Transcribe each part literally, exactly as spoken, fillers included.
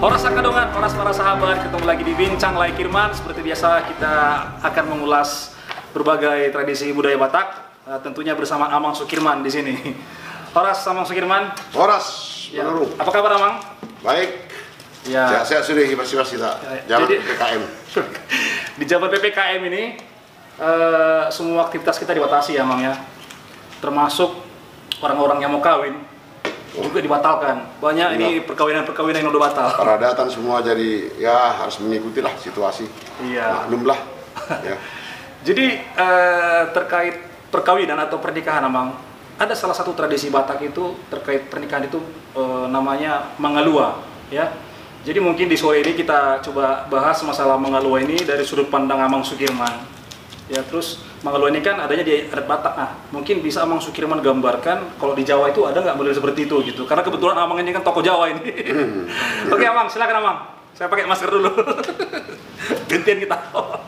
Horas Sakadongan, horas para sahabat, ketemu lagi di Bincang Lai Kirman. Seperti biasa kita akan mengulas berbagai tradisi budaya Batak, uh, tentunya bersama Amang Sukirman di sini. Horas, Amang Sukirman. Horas, ya. Apa kabar Amang? Baik. Ya. Saya sudah hibas-hibas kita. Jalan Jadi, P P K M. Di zaman P P K M ini, uh, semua aktivitas kita dibatasi ya Amang ya. Termasuk orang-orang yang mau kawin juga dibatalkan. Banyak ya. Ini perkawinan-perkawinan yang udah batal. Para datang semua jadi ya harus mengikuti lah situasi. Iya. Maklum lah. Ya. Jadi eh, terkait perkawinan atau pernikahan Amang, ada salah satu tradisi Batak itu terkait pernikahan itu eh, namanya Mangalua, ya. Jadi mungkin di sore ini kita coba bahas masalah Mangalua ini dari sudut pandang Amang Sukirman. Ya, terus Mangalua ini kan adanya di adat Batak. Nah, mungkin bisa Amang Sukirman gambarkan kalau di Jawa itu ada nggak model seperti itu gitu. Karena kebetulan Amang ini kan tokoh Jawa ini. Oke Amang, silakan Amang. Saya pakai masker dulu. Gantian kita.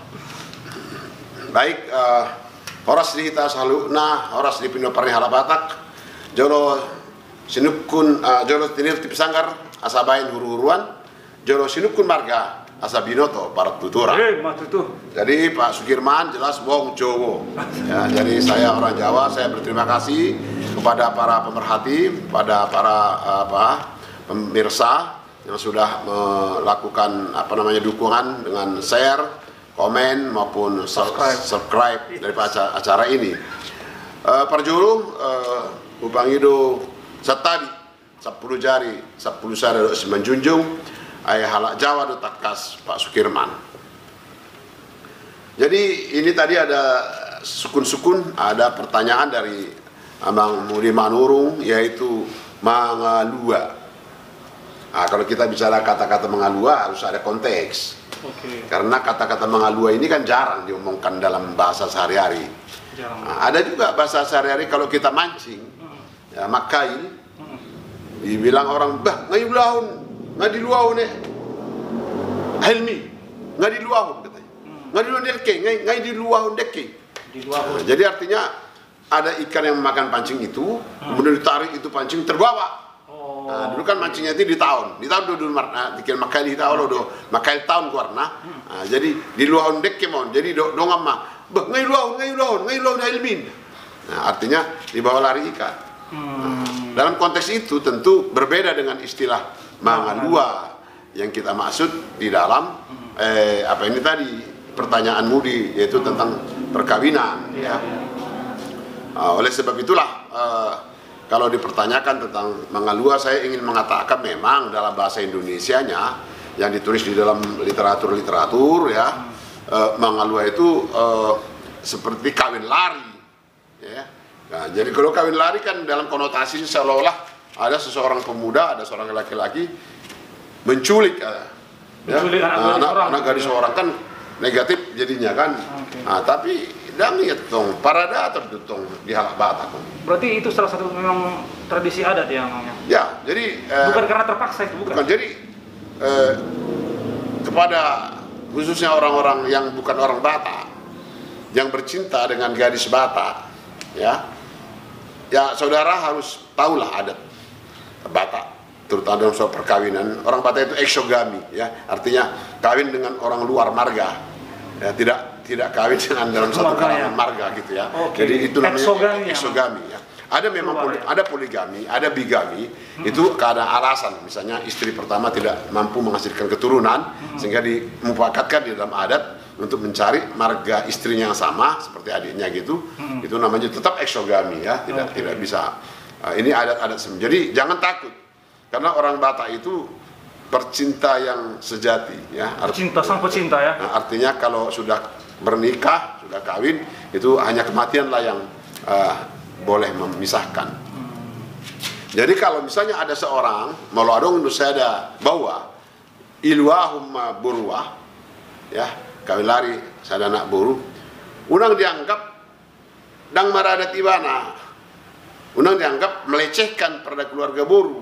Baik, uh, horas di kita selalu nah horas di Pino Parnihala Batak. Jolo sinupkun uh, jolo tinir tip sanggar asabain huru-huruan. Jolo sinupkun marga asa binoto para tutura. Eh, itu. Jadi Pak Sukirman jelas wong Jowo. Ya, jadi saya orang Jawa, saya berterima kasih kepada para pemerhati, pada para apa pemirsa yang sudah melakukan apa namanya dukungan dengan share, komen maupun subscribe, subscribe dari acara, acara ini. Uh, Perjuru uh, Upang Ido Setabi sepuluh jari, sepuluh sari menjunjung ayah halak Jawa do takas Pak Sukirman. Jadi ini tadi ada sukun-sukun, ada pertanyaan dari Amang Mudi Manurung yaitu Mangalua. Nah, kalau kita bicara kata-kata Mangalua harus ada konteks. Okay. Karena kata-kata Mangalua ini kan jarang diomongkan dalam bahasa sehari-hari. Nah, ada juga bahasa sehari-hari kalau kita mancing, hmm. ya makail, hmm. dibilang orang bah ngayulahun nggak di luar nih, Helmi nggak di luar katanya, nggak di luar deke, nggak di luar deke. Di luar. Nah, jadi artinya ada ikan yang makan pancing itu, hmm. kemudian ditarik itu pancing terbawa. Oh. Nah, dulu kan mancingnya itu di tahun, di tahun dulu nah, dikir makai di tahun do makai tahun warna. Hmm. Nah, jadi di luar deke mon, jadi do dongam mah, bah nggak di luar, nggak di luar, nggak di luar Helmi. Nah, artinya dibawa lari ikan. Hmm. Nah, dalam konteks itu tentu berbeda dengan istilah Mangalua yang kita maksud di dalam eh, apa ini tadi pertanyaan Mudi yaitu tentang perkawinan ya. Uh, oleh sebab itulah uh, kalau dipertanyakan tentang Mangalua saya ingin mengatakan memang dalam bahasa Indonesianya yang ditulis di dalam literatur-literatur ya uh, Mangalua itu uh, seperti kawin lari ya. Nah, jadi kalau kawin lari kan dalam konotasi seolah-olah ada seseorang pemuda, ada seorang laki-laki menculik, ya, menculik anak, nah, anak, orang, anak gadis ya. orang kan negatif jadinya kan. Okay. Nah, tapi dan ya tong parada atau tong di halak Batak. Berarti itu salah satu memang tradisi adat ya namanya. Ya, jadi bukan eh, karena terpaksa itu bukan. bukan jadi eh, kepada khususnya orang-orang yang bukan orang Batak yang bercinta dengan gadis Batak, ya, ya saudara harus tahulah adat Batak, terutama dalam soal perkawinan. Orang Batak itu eksogami, ya, artinya kawin dengan orang luar marga, ya, tidak tidak kawin dengan dalam satu kalangan marga gitu ya. Okay. Jadi itu namanya eksogami, eksogami ya. Ada memang poli, ada poligami, ada bigami, hmm. itu karena alasan, misalnya istri pertama tidak mampu menghasilkan keturunan, hmm. sehingga dimufakatkan di dalam adat untuk mencari marga istrinya yang sama seperti adiknya gitu, hmm. itu namanya tetap eksogami ya, tidak okay. tidak bisa. Uh, ini adat-adat semua. Jadi jangan takut, karena orang Batak itu percinta yang sejati, ya. Cinta sang pecinta ya. Nah, artinya kalau sudah bernikah, sudah kawin, itu hanya kematianlah yang uh, boleh memisahkan. Hmm. Jadi kalau misalnya ada seorang meladong untuk saya ada bawa ilwahum burwah, ya kawin lari saya ada anak buru, unang dianggap dang marada tibana. Unang dianggap melecehkan pada keluarga boru,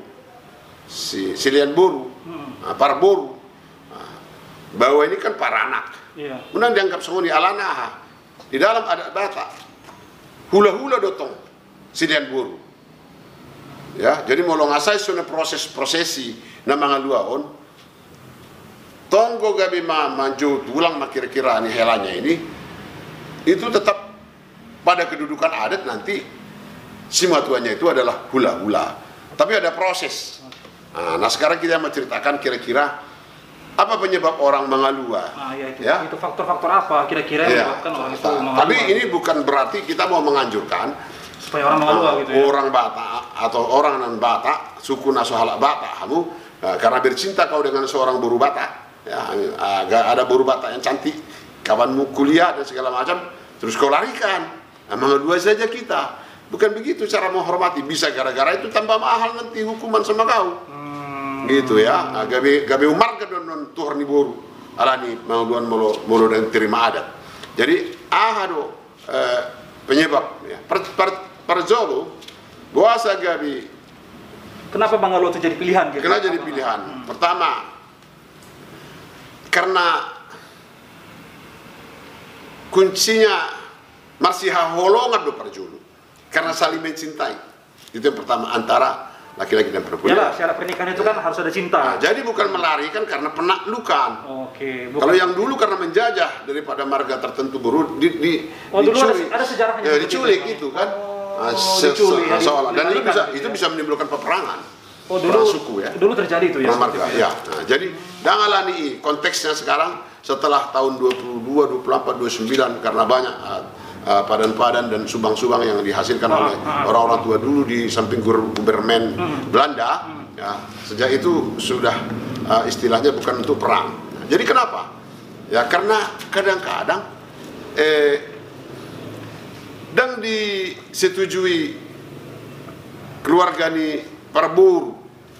si silian boru, hmm. nah, para boru. Nah, bahwa ini kan para anak. Yeah. Unang dianggap semua alana di dalam adat Batak. Hula-hula dotong silian boru. Ya, jadi molong asai sudah proses prosesi na mga luaon tonggo gabi ma manju tulang ma kira-kira ini helanya ini itu tetap pada kedudukan adat nanti si matuannya itu adalah hula-hula. Tapi ada proses. Nah, nah sekarang kita menceritakan kira-kira apa penyebab orang mengalua. Nah, ya itu, ya? itu faktor-faktor apa kira-kira yang ya. menyebabkan orang itu Nah, mengalua. tapi ini bukan berarti kita mau menganjurkan supaya orang mengalua uh, gitu ya. Orang Batak atau orang non Batak, suku Nasohalak Batak kamu uh, karena bercinta kau dengan seorang buru Batak, ya, agak ada buru Batak yang cantik, kawanmu kuliah dan segala macam, terus kau larikan. Nah, mengalua saja kita. Bukan begitu cara menghormati. Bisa gara-gara itu tambah mahal nanti hukuman sama kau. Hmm. Gitu ya. Nah, gabe gabe umar ke don tuhar ni boru. Alani mengaluan molo molo dan terima adat. Jadi ahado eh, penyebab ya. Per, per, perjolo buasa gabe. Kenapa Bangaluo itu jadi pilihan? Gitu? Kenapa jadi pilihan? Hmm. Pertama, karena kuncinya masih holongan do perjolo. Karena saling mencintai. Itu yang pertama antara laki-laki dan perempuan. Ya, syarat pernikahan itu kan harus ada cinta. Nah, jadi bukan melarikan karena penaklukan. Oke. Kalau yang dulu karena menjajah daripada marga tertentu baru di, di oh, dulu ada, diculik. ada sejarahnya. Ya, diculik itu kan. Oh, nah, se diculik, se seolah. Dan itu bisa gitu itu ya? bisa menimbulkan peperangan. Oh, dulu suku ya. Dulu terjadi itu ya. Marga, ya. Nah, jadi dangalani konteksnya sekarang setelah tahun dua puluh dua, dua puluh empat, dua puluh sembilan karena banyak padan-padan dan subang-subang yang dihasilkan ah, oleh ah, orang-orang tua dulu di samping Gubermen hmm. Belanda, hmm. ya sejak itu sudah uh, istilahnya bukan untuk perang. Nah, jadi kenapa? Ya karena kadang-kadang eh, dan disetujui keluarga ini perburu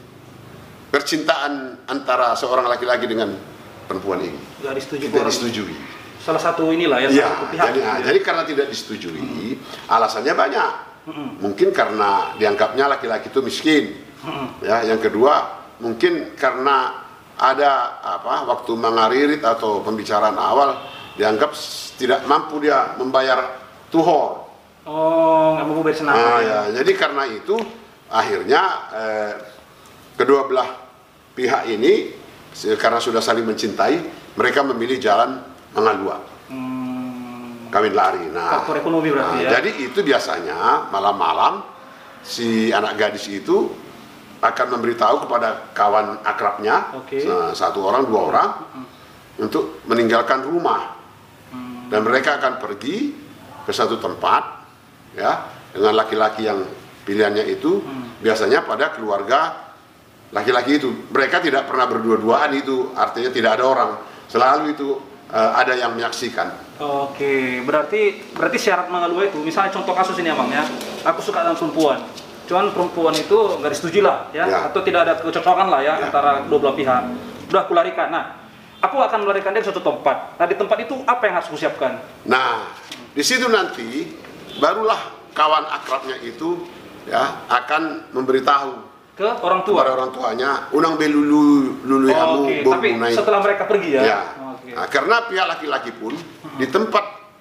percintaan antara seorang laki-laki dengan perempuan ini. Tidak disetujui. Tidak disetujui. Salah satu inilah ya, ya satu pihak. Jadi, ya. jadi karena tidak disetujui, hmm. alasannya banyak. Hmm. Mungkin karena dianggapnya laki-laki itu miskin. Hmm. Ya, yang kedua mungkin karena ada apa waktu mengaririt atau pembicaraan awal dianggap tidak mampu dia membayar tuhor. Oh, nggak mampu bayar senang. Nah, ya. Jadi karena itu akhirnya eh, kedua belah pihak ini karena sudah saling mencintai, mereka memilih jalan mengalua, hmm. kawin lari. Nah, faktor ekonomi berarti nah, ya. jadi itu biasanya malam-malam si anak gadis itu akan memberitahu kepada kawan akrabnya, okay. satu orang, dua orang, hmm. untuk meninggalkan rumah, hmm. dan mereka akan pergi ke satu tempat, ya, dengan laki-laki yang pilihannya itu, hmm. biasanya pada keluarga laki-laki itu. Mereka tidak pernah berdua-duaan itu, artinya tidak ada orang, selalu itu uh, ada yang menyaksikan. Oke, berarti berarti syarat mengalua itu, misalnya contoh kasus ini Abang ya, aku suka dengan perempuan, cuman perempuan itu nggak disetujui lah ya, ya, atau tidak ada kecocokan lah ya, ya antara dua belah pihak. Udah aku larikan, nah aku akan melarikan dia ke suatu tempat. Nah di tempat itu apa yang harus aku siapkan? Nah di situ nanti barulah kawan akrabnya itu ya akan memberitahu ke orang tua, kepada orang tuanya, unang belulu lulu oh, kamu okay. Tapi setelah mereka pergi ya, ya. Oh, okay. Nah, karena pihak laki-laki pun hmm. di tempat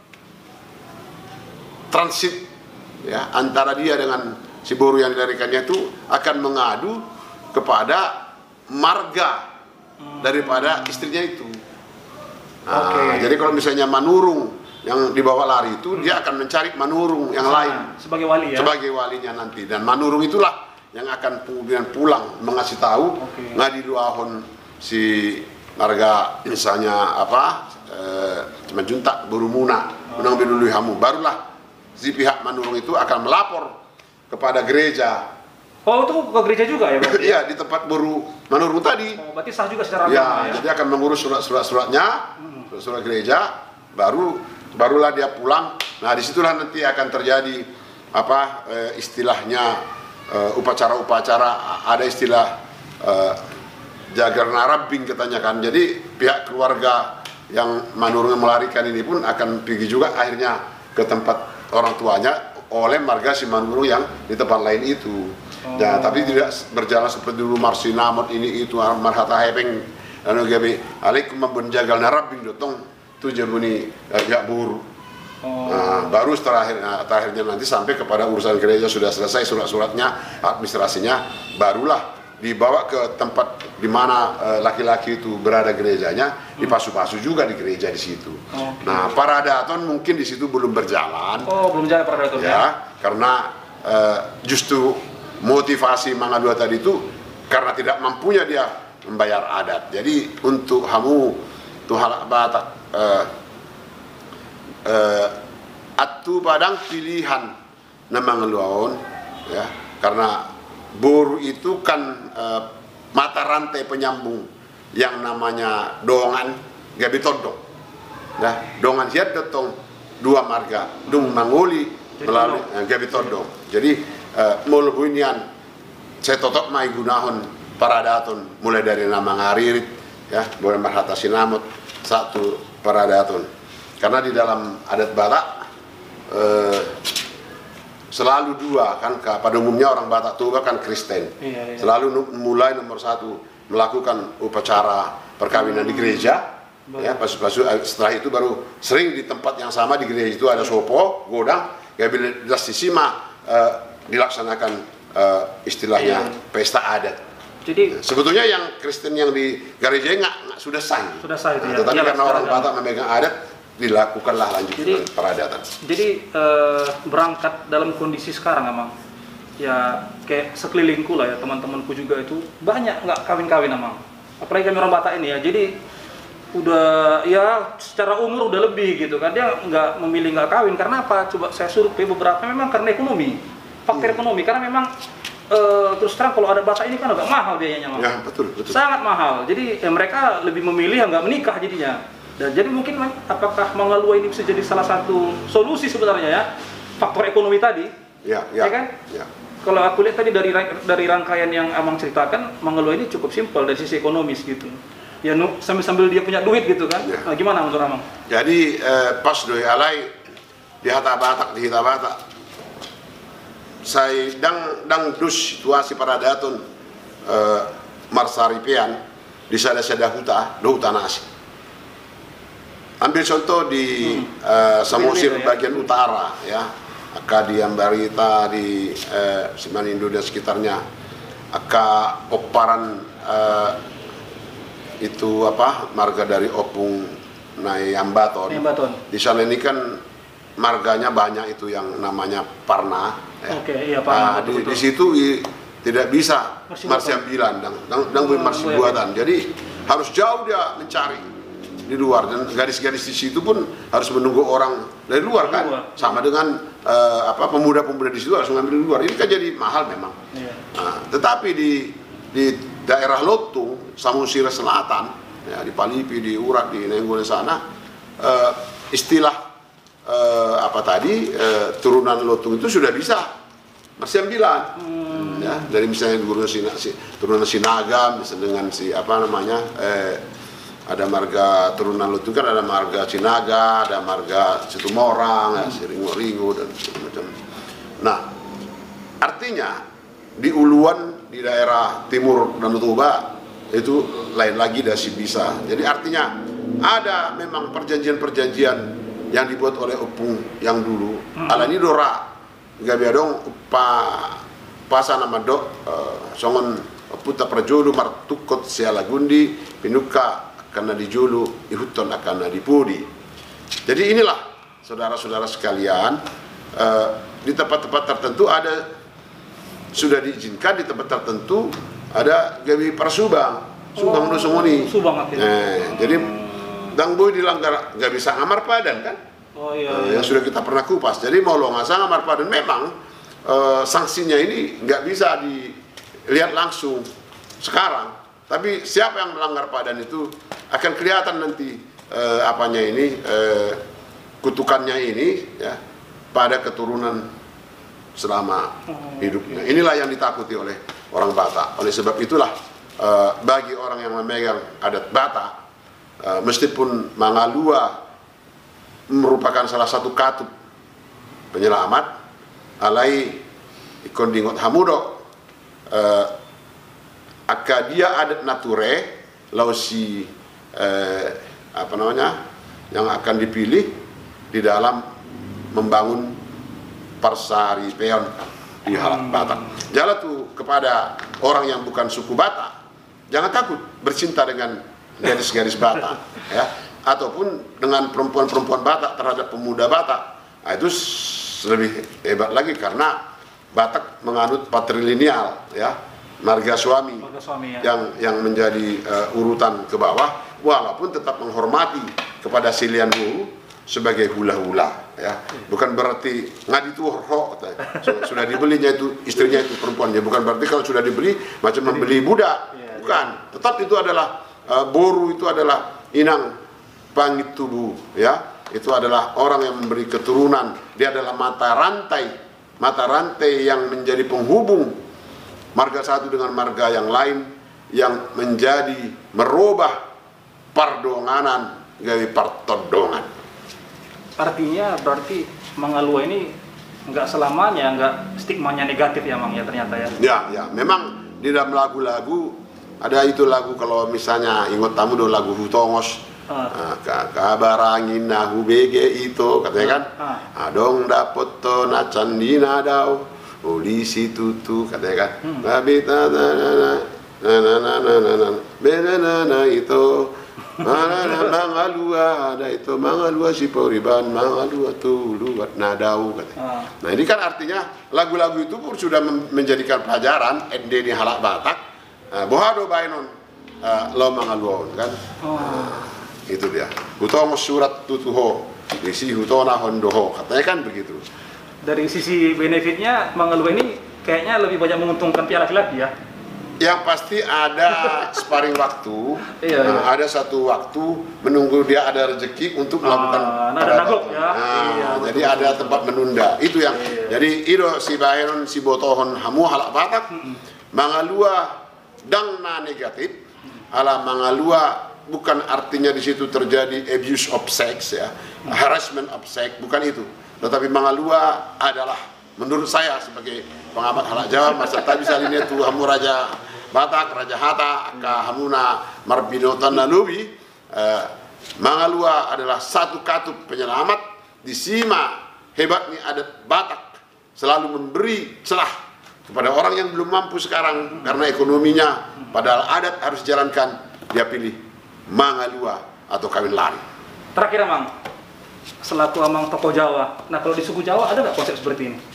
transit ya antara dia dengan si boru yang dilarikannya itu akan mengadu kepada marga hmm. daripada istrinya itu. Nah, okay. Jadi kalau misalnya manurung yang dibawa lari itu, hmm. dia akan mencari manurung yang Sama, lain sebagai wali ya, sebagai walinya nanti, dan manurung itulah yang akan kemudian pulang mengasih tahu okay. ngadiluahon si marga misalnya apa eh, menjuntak berumuna oh. unang belului hamu, barulah si pihak manurung itu akan melapor kepada gereja. Oh itu ke gereja juga ya Bang? Iya, di tempat baru manurung tadi. Oh, berarti sah juga secara ya, agama ya? Jadi akan mengurus surat-surat-suratnya, hmm. surat gereja, baru barulah dia pulang. Nah disitulah nanti akan terjadi apa eh, istilahnya Uh, upacara-upacara, ada istilah uh, jagar narabing katanya kan. Jadi pihak keluarga yang manurung melarikan ini pun akan pergi juga akhirnya ke tempat orang tuanya oleh marga si manurung yang di tempat lain itu. Oh. Ya, tapi tidak berjalan seperti dulu marsinamot ini itu marhata hepeng anu gabe alaikum membenjagal narabing dotong tu jabuni agak buru. Oh. Nah, baru terakhir, nah, terakhirnya nanti sampai kepada urusan gereja sudah selesai surat-suratnya, administrasinya, barulah dibawa ke tempat di mana uh, laki-laki itu berada gerejanya, hmm. dipasu-pasu juga di gereja di situ. Okay. Nah, paradaton mungkin di situ belum berjalan. Oh, belum jalan paradaton ya? Ya, karena uh, justru motivasi Mangalua tadi itu karena tidak mampunya dia membayar adat. Jadi untuk hamu tuhalak Batak uh, uh, atu padang pilihan na Mangaluaon ya, karena boru itu kan uh, mata rantai penyambung yang namanya dongan gabi todong. Nah, dongan siat datang dua marga, dung mangoli melalui uh, gabi todong. Jadi uh, mulbunian saya totok mai gunahon paradaton mulai dari nama ngaririt ya, boleh marhata sinamut satu paradaton. Karena di dalam adat Batak uh, selalu dua kan, pada umumnya orang Batak tua kan Kristen, iya, iya. Selalu mulai nomor satu melakukan upacara perkawinan hmm. di gereja, baru. Ya pas-pas setelah itu baru sering di tempat yang sama di gereja itu ada sopo, godang, ya bila disisima uh, dilaksanakan uh, istilahnya iya. pesta adat. Jadi sebetulnya yang Kristen yang di gereja nggak sudah sah, sudah sah itu, nah, ya. Tetapi ya, karena orang Batak memegang adat, dilakukanlah lanjut jadi, peradatan. Jadi eh, berangkat dalam kondisi sekarang emang ya kayak sekelilingku lah ya, teman-temanku juga itu banyak nggak kawin-kawin emang. Apalagi kami orang Batak ini ya. Jadi udah ya secara umur udah lebih gitu kan, dia nggak memilih nggak kawin karena apa? Coba saya survei beberapa memang karena ekonomi, faktor hmm. ekonomi, karena memang eh, terus terang kalau ada Batak ini kan agak mahal biayanya emang. Ya betul betul. Sangat mahal. Jadi ya, mereka lebih memilih yang nggak menikah jadinya. Dan jadi mungkin apakah Mangalua ini bisa jadi salah satu solusi sebenarnya ya, faktor ekonomi tadi, ya, ya, ya kan? Ya. Kalau aku lihat tadi dari dari rangkaian yang Amang ceritakan, Mangalua ini cukup simpel dari sisi ekonomis gitu. Ya sambil-sambil dia punya duit gitu kan? Ya. Nah, gimana menurut Amang? Jadi eh, pas doi alai di Hata Batak di Hita Batak, saya dang dang dus situasi paradaton eh, marsaripian di sana sada huta, do huta nasi. Ambil contoh di hmm. uh, Samosir ya, bagian utara ya, Aka di Ambarita di uh, Simanindo dan sekitarnya, Aka Oparan uh, itu apa marga dari Opung Nai Ambaton. Ambaton. Di sana ini kan marganya banyak itu yang namanya Parna. Ya. Oke, iya Parna. Nah, di, di situ i, tidak bisa marsiambilan dan dan, dan oh, marsi buatan. Jadi harus jauh dia mencari di luar, dan gadis-gadis di situ pun harus menunggu orang dari luar kan, luar. Sama dengan uh, apa pemuda-pemuda di situ harus mengambil di luar. Ini kan jadi mahal memang. Yeah. Nah, tetapi di di daerah Lotung, Samosir Selatan, ya, di Palipi, di Urak, di Nenggone sana, uh, istilah uh, apa tadi uh, turunan Lotung itu sudah bisa marsiambilan. Hmm. Ya, dari misalnya guru Sina, si, turunan Sinaga, misalnya dengan si apa namanya. Eh, ada marga turunan Lutung kan, ada marga Cinaga, ada marga Situmorang, ya, Siringo-ringo dan macam. Nah, artinya di Uluan di daerah timur Danau Toba itu lain lagi dasi bisa. Jadi artinya ada memang perjanjian-perjanjian yang dibuat oleh Opung yang dulu. Hmm. Ala ini dora, gabi dong pa pasa nama dok uh, songon puta prajolu martukot sialagundi pinuka karena dijulu ihuton akan dipudi. Jadi inilah saudara-saudara sekalian, uh, di tempat-tempat tertentu ada sudah diizinkan, di tempat tertentu ada gawi persubang, subang oh, dosongoni. Subang akhirnya. Eh, jadi dang boy dilanggar nggak bisa ngamar padan kan? Oh iya. Uh, yang sudah kita pernah kupas. Jadi mau lo nggak ngamar padan, memang uh, sanksinya ini nggak bisa dilihat langsung sekarang. Tapi siapa yang melanggar padan itu akan kelihatan nanti eh, apanya ini eh, kutukannya ini ya pada keturunan selama hidupnya. Inilah yang ditakuti oleh orang Batak. Oleh sebab itulah eh, bagi orang yang memegang adat Batak, eh, meskipun Mangalua merupakan salah satu katub penyelamat, alai ikon dingot hamudo. Eh, Aka dia adat nature lausi eh, apa namanya yang akan dipilih di dalam membangun Parsari Peon di Halak Batak. Jala tu kepada orang yang bukan suku Batak, jangan takut bercinta dengan garis-garis Batak, ya, ataupun dengan perempuan-perempuan Batak terhadap pemuda Batak. Nah, itu lebih hebat lagi karena Batak menganut patrilineal, ya, marga suami, marga suami ya. yang yang menjadi uh, urutan ke bawah, walaupun tetap menghormati kepada silian hulu sebagai hula-hula, ya, bukan berarti ngadi tuh roh sudah dibelinya itu istrinya itu perempuannya, bukan berarti kalau sudah dibeli macam membeli budak, bukan, tetap itu adalah uh, boru, itu adalah inang pangit tubuh, ya, itu adalah orang yang memberi keturunan, dia adalah mata rantai, mata rantai yang menjadi penghubung marga satu dengan marga yang lain, yang menjadi merubah pardonganan dari partodongan. Artinya berarti Mangalua ini nggak selamanya, nggak stigmanya negatif ya Mang ya ternyata ya? Ya, ya, memang di dalam lagu-lagu ada itu lagu kalau misalnya ingat tamu do lagu Hutongos, uh. uh, kabar angin nahu bege itu katanya kan, uh. adong dapot to nacan di nadau, polisi tutu katanya kan, tapi na na na na na na na na na itu. Mana Mangalua ada itu Mangalua si Poriban Mangalua tuh luat nadau katanya. Nah ini kan artinya lagu-lagu itu pun sudah menjadikan pelajaran N D di halak Batak, bohado bainon lo Mangalua kan. Nah, itu dia. Hutong surat tutuho isi hutona hondoho katanya kan begitu. Dari sisi benefitnya Mangalua ini kayaknya lebih banyak menguntungkan pihak laki-laki ya. Yang pasti ada sparring waktu, iya, iya. Nah, ada satu waktu menunggu dia ada rezeki untuk melakukan ah, nah, nagok, ya. Nah, iya, jadi betul, ada betul, tempat betul. menunda. Itu yang iya. Jadi ido si bahenon si botohon hamu halak Batak, hmm. Mangalua dangna negatif, hmm. ala Mangalua bukan artinya di situ terjadi abuse of sex ya, hmm. harassment of sex, bukan itu. Tetapi Mangalua adalah menurut saya sebagai pengamat halak Jawa masa tadi misalnya itu hamu raja Batak, Raja Hatta, Aka Hamuna, Marbinotan Nalubi, eh, Mangalua adalah satu katup penyelamat di Sima. Hebatnya adat Batak selalu memberi celah kepada orang yang belum mampu sekarang karena ekonominya, padahal adat harus dijalankan, dia pilih Mangalua atau kawin lari. Terakhir Mang, selaku Amang tokoh Jawa, nah kalau di suku Jawa ada nggak konsep seperti ini?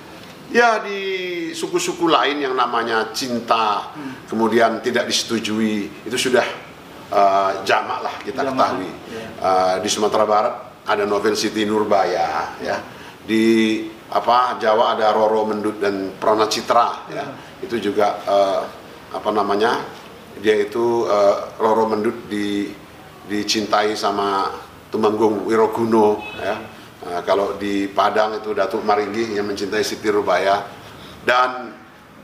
Ya di suku-suku lain yang namanya cinta, hmm. kemudian tidak disetujui, itu sudah uh, jamak lah kita jamak, ketahui. Ya. Uh, di Sumatera Barat ada novel Siti Nurbaya, ya. Di apa Jawa ada Roro Mendut dan Prana Citra, ya. Hmm. Itu juga uh, apa namanya dia itu uh, Roro Mendut di dicintai sama Tumenggung Wiroguno, ya. Nah, kalau di Padang itu Datuk Maringgi yang mencintai Siti Nurbaya, dan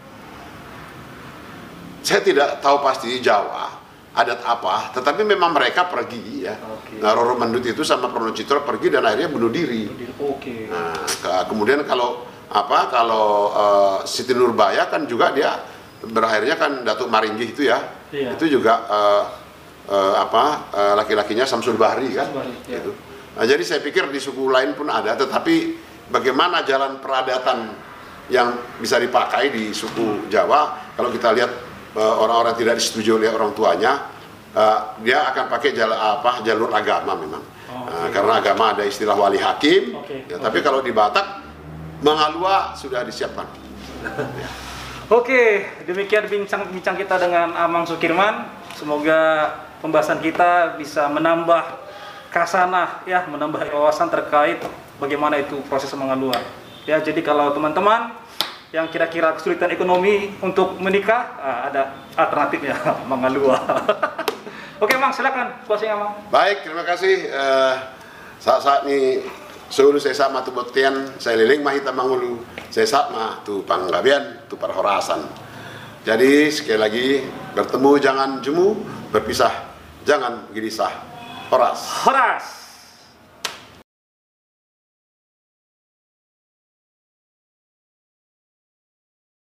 saya tidak tahu pasti Jawa adat apa, tetapi memang mereka pergi ya. Okay. Nah, Roro Mendut itu sama Prono Citra pergi dan akhirnya bunuh diri. Okay. Nah, ke, kemudian kalau apa kalau uh, Siti Nurbaya kan juga dia berakhirnya kan Datuk Maringgi itu ya, yeah. Itu juga uh, uh, apa uh, laki-lakinya Samsul Bahri kan, Bahri, yeah. Gitu. Nah, jadi saya pikir di suku lain pun ada, tetapi bagaimana jalan peradatan yang bisa dipakai di suku Jawa, kalau kita lihat orang-orang uh, tidak disetujui oleh orang tuanya, uh, dia akan pakai jalur apa jalur agama memang, oh, okay. uh, karena agama ada istilah wali hakim, okay. ya, okay. Tapi kalau di Batak, Mangalua sudah disiapkan. Ya. Oke, demikian bincang-bincang kita dengan Amang Sukirman. Semoga pembahasan kita bisa menambah kasanah ya, menambah wawasan terkait bagaimana itu proses Mangalua. Ya, jadi kalau teman-teman yang kira-kira kesulitan ekonomi untuk menikah, ada alternatif ya, Mangalua. Oke, Mang, silakan closing, Mang. Baik, terima kasih. Uh, saat-saat ini seulu saya sama tu botian, saya liling mahita Mangulu, saya sama tu panggabian, tu perhorasan. Jadi sekali lagi, bertemu jangan jemu, berpisah jangan gelisah. Horas. Horas.